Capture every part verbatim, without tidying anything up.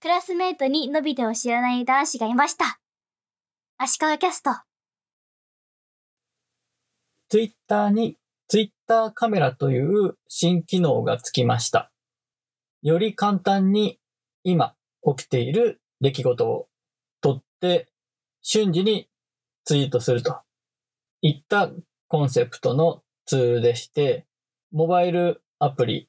クラスメートにのび太を知らない男子がいました。足利キャスト。 ツイッターにツイッターカメラという新機能がつきました。より簡単に今起きている出来事を撮って瞬時にツイートするといったコンセプトのツールでして、モバイルアプリ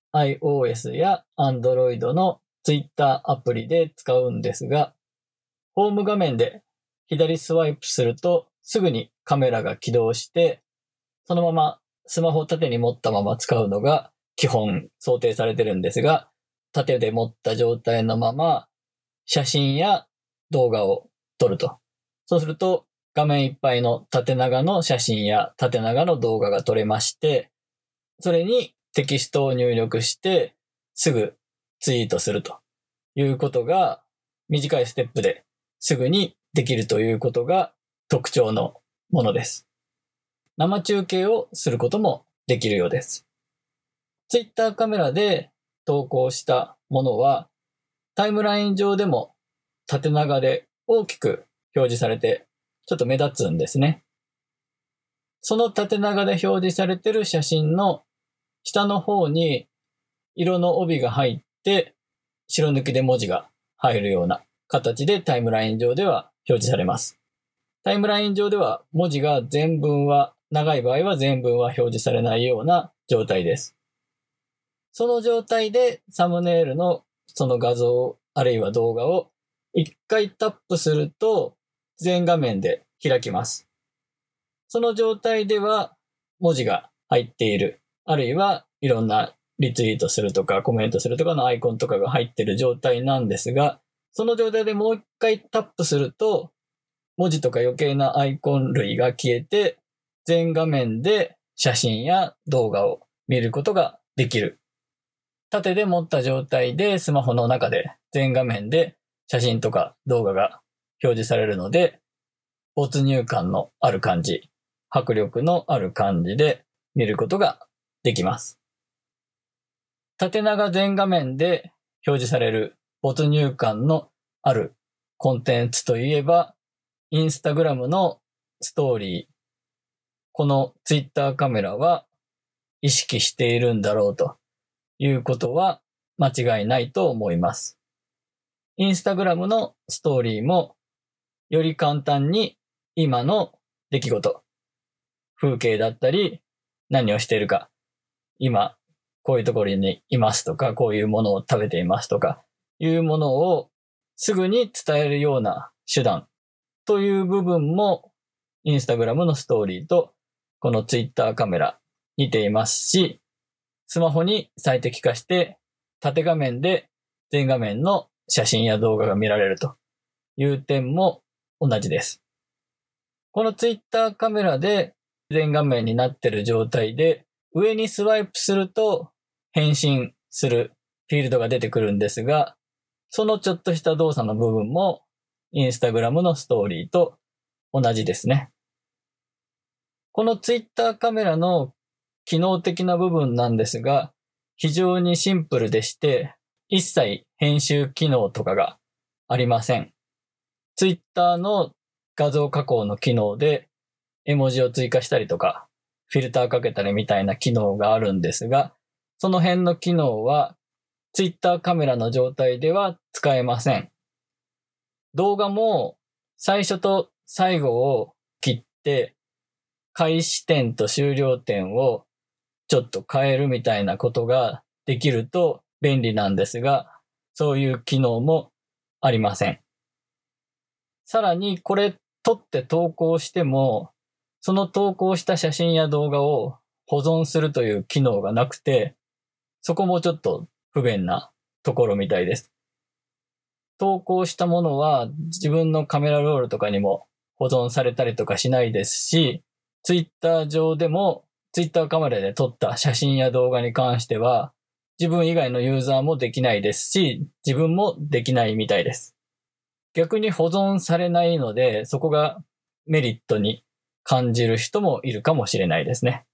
iOS や Android の Twitter アプリで使うんですが、ホーム画面で左スワイプするとすぐにカメラが起動して、そのままスマホを縦に持ったまま使うのが基本想定されてるんですが、縦で持った状態のまま写真や動画を撮ると。そうすると画面いっぱいの縦長の写真や縦長の動画が撮れまして、それにテキストを入力してすぐツイートするということが短いステップですぐにできるということが特徴のものです。生中継をすることもできるようです。ツイッターカメラで投稿したものはタイムライン上でも縦長で大きく表示されてちょっと目立つんですね。その縦長で表示されている写真の下の方に色の帯が入って白抜きで文字が入るような形でタイムライン上では表示されます。タイムライン上では文字が全文は、長い場合は全文は表示されないような状態です。その状態でサムネイルのその画像あるいは動画を一回タップすると全画面で開きます。その状態では文字が入っている、あるいはいろんなリツイートするとかコメントするとかのアイコンとかが入っている状態なんですが、その状態でもう一回タップすると文字とか余計なアイコン類が消えて全画面で写真や動画を見ることができる。縦で持った状態でスマホの中で全画面で写真とか動画が表示されるので、没入感のある感じ、迫力のある感じで見ることができます。縦長全画面で表示される没入感のあるコンテンツといえば、インスタグラムのストーリー、このツイッターカメラは意識しているんだろうということは間違いないと思います。インスタグラムのストーリーもより簡単に今の出来事、風景だったり何をしているか、今こういうところにいますとか、こういうものを食べていますとかいうものをすぐに伝えるような手段という部分もインスタグラムのストーリーとこのツイッターカメラ似ていますし、スマホに最適化して縦画面で全画面の写真や動画が見られるという点も同じです。このツイッターカメラで全画面になっている状態で上にスワイプすると返信するフィールドが出てくるんですが、そのちょっとした動作の部分もインスタグラムのストーリーと同じですね。このツイッターカメラの機能的な部分なんですが、非常にシンプルでして、一切編集機能とかがありません。ツイッターの画像加工の機能で絵文字を追加したりとか、フィルターかけたりみたいな機能があるんですが、その辺の機能はツイッターカメラの状態では使えません。動画も最初と最後を切って開始点と終了点をちょっと変えるみたいなことができると便利なんですが、そういう機能もありません。さらにこれ撮って投稿しても、その投稿した写真や動画を保存するという機能がなくて、そこもちょっと不便なところみたいです。投稿したものは自分のカメラロールとかにも保存されたりとかしないですし、ツイッター上でもツイッターカメラで撮った写真や動画に関しては自分以外のユーザーもできないですし、自分もできないみたいです。逆に保存されないので、そこがメリットに感じる人もいるかもしれないですね。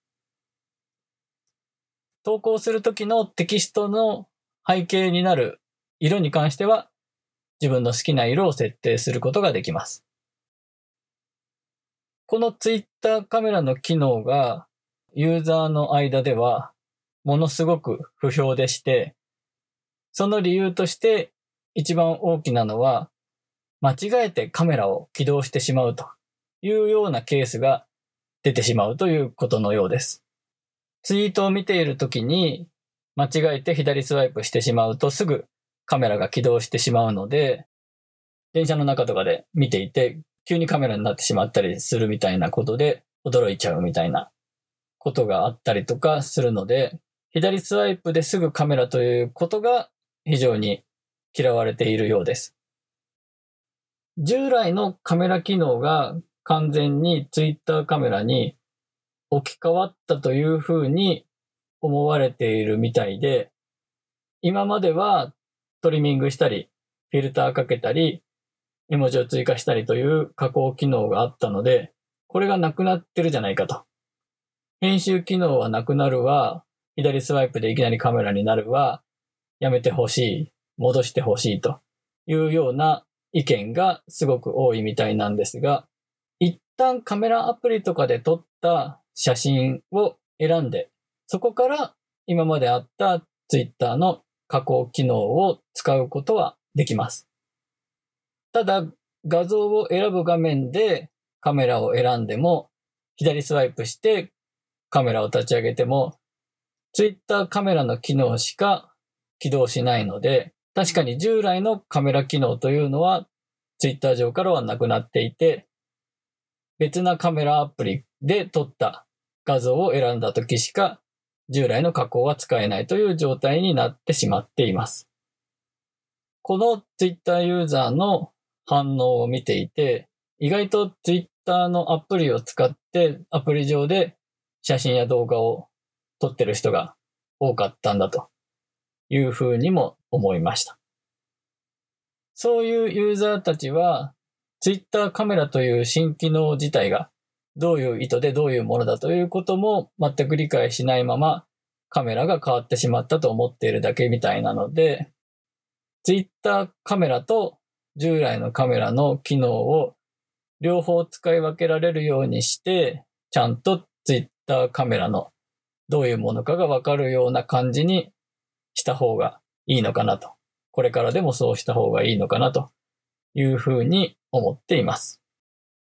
投稿するときのテキストの背景になる色に関しては自分の好きな色を設定することができます。この Twitter カメラの機能がユーザーの間ではものすごく不評でして、その理由として一番大きなのは、間違えてカメラを起動してしまうというようなケースが出てしまうということのようです。ツイートを見ているときに間違えて左スワイプしてしまうとすぐカメラが起動してしまうので、電車の中とかで見ていて急にカメラになってしまったりするみたいなことで驚いちゃうみたいなことがあったりとかするので、左スワイプですぐカメラということが非常に嫌われているようです。従来のカメラ機能が完全に Twitter カメラに置き換わったというふうに思われているみたいで、今まではトリミングしたり、フィルターかけたり、絵文字を追加したりという加工機能があったので、これがなくなってるじゃないかと。編集機能はなくなるわ、左スワイプでいきなりカメラになるわ、やめてほしい、戻してほしいというような意見がすごく多いみたいなんですが、一旦カメラアプリとかで撮った写真を選んで、そこから今まであった Twitter の加工機能を使うことはできます。ただ、画像を選ぶ画面でカメラを選んでも、左スワイプしてカメラを立ち上げても、Twitter カメラの機能しか起動しないので、確かに従来のカメラ機能というのは Twitter 上からはなくなっていて、別なカメラアプリで撮った画像を選んだ時しか従来の加工は使えないという状態になってしまっています。この Twitter ユーザーの反応を見ていて、意外と Twitter のアプリを使ってアプリ上で写真や動画を撮ってる人が多かったんだというふうにも思いました。そういうユーザーたちは Twitter カメラという新機能自体がどういう意図でどういうものだということも全く理解しないままカメラが変わってしまったと思っているだけみたいなので、Twitter カメラと従来のカメラの機能を両方使い分けられるようにして、ちゃんと Twitter カメラのどういうものかがわかるような感じにした方がいいのかなと。これからでもそうした方がいいのかなというふうに思っています。